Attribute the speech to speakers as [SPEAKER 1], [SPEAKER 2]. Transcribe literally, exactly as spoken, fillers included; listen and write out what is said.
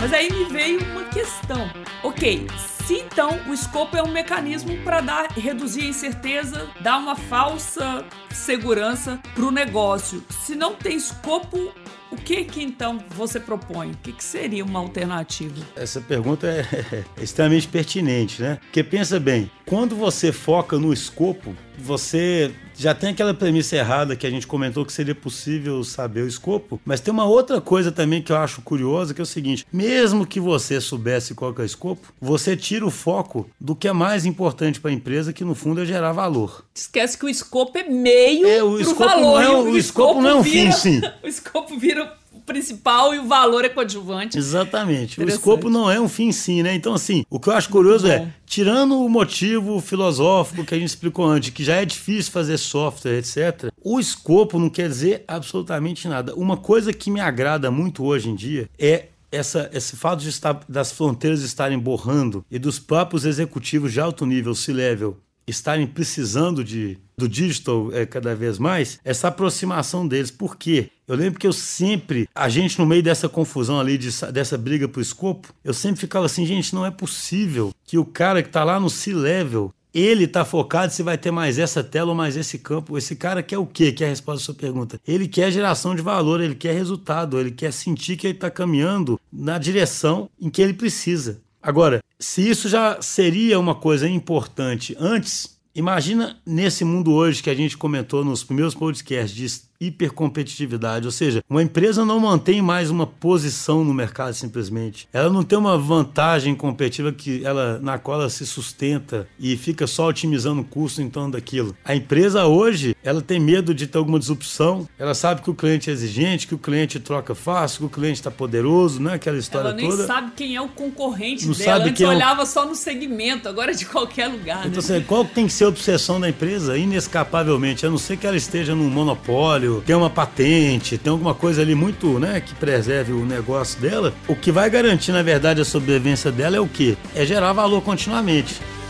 [SPEAKER 1] Mas aí me veio uma questão. Ok, se então o escopo é um mecanismo para dar, reduzir a incerteza, dar uma falsa segurança para o negócio. Se não tem escopo, o que que então você propõe? O que, que seria uma alternativa?
[SPEAKER 2] Essa pergunta é, é extremamente pertinente, né? Porque pensa bem, quando você foca no escopo, você já tem aquela premissa errada que a gente comentou que seria possível saber o escopo, mas tem uma outra coisa também que eu acho curiosa, que é o seguinte: mesmo que você soubesse qual que é o escopo, você tira o foco do que é mais importante para a empresa, que no fundo é gerar valor.
[SPEAKER 1] Esquece que o escopo é meio
[SPEAKER 2] é, o
[SPEAKER 1] pro
[SPEAKER 2] escopo
[SPEAKER 1] valor.
[SPEAKER 2] Não é, o,
[SPEAKER 1] o,
[SPEAKER 2] o escopo não é um
[SPEAKER 1] vira,
[SPEAKER 2] fim, sim.
[SPEAKER 1] O escopo vira o principal e o valor é coadjuvante.
[SPEAKER 2] Exatamente. O escopo não é um fim, sim, né? Então, assim, o que eu acho curioso é, tirando o motivo filosófico que a gente explicou antes, que já é difícil fazer software, etcétera, o escopo não quer dizer absolutamente nada. Uma coisa que me agrada muito hoje em dia é Essa, esse fato de estar, das fronteiras estarem borrando e dos próprios executivos de alto nível, C-level, estarem precisando de, do digital é, cada vez mais, essa aproximação deles. Por quê? Eu lembro que eu sempre, a gente no meio dessa confusão ali, de, dessa briga pro escopo, eu sempre ficava assim, gente, não é possível que o cara que tá lá no C-level, ele tá focado se vai ter mais essa tela ou mais esse campo. Esse cara quer o quê? Que é a resposta à sua pergunta. Ele quer geração de valor, ele quer resultado, ele quer sentir que ele tá caminhando na direção em que ele precisa. Agora, se isso já seria uma coisa importante antes, imagina nesse mundo hoje que a gente comentou nos primeiros podcasts de hipercompetitividade, ou seja, uma empresa não mantém mais uma posição no mercado simplesmente. Ela não tem uma vantagem competitiva que ela, na qual ela se sustenta e fica só otimizando o custo em torno daquilo. A empresa hoje, ela tem medo de ter alguma disrupção, ela sabe que o cliente é exigente, que o cliente troca fácil, que o cliente está poderoso, não é aquela história toda.
[SPEAKER 1] Ela nem sabe quem é o concorrente
[SPEAKER 2] não
[SPEAKER 1] dela,
[SPEAKER 2] sabe
[SPEAKER 1] antes
[SPEAKER 2] quem
[SPEAKER 1] olhava
[SPEAKER 2] é o...
[SPEAKER 1] só no segmento, agora é de qualquer lugar.
[SPEAKER 2] Então,
[SPEAKER 1] né?
[SPEAKER 2] assim, qual tem que ser a obsessão da empresa? Inescapavelmente, a não ser que ela esteja num monopólio, tem uma patente, tem alguma coisa ali muito, né, que preserve o negócio dela. O que vai garantir, na verdade, a sobrevivência dela é o quê? É gerar valor continuamente.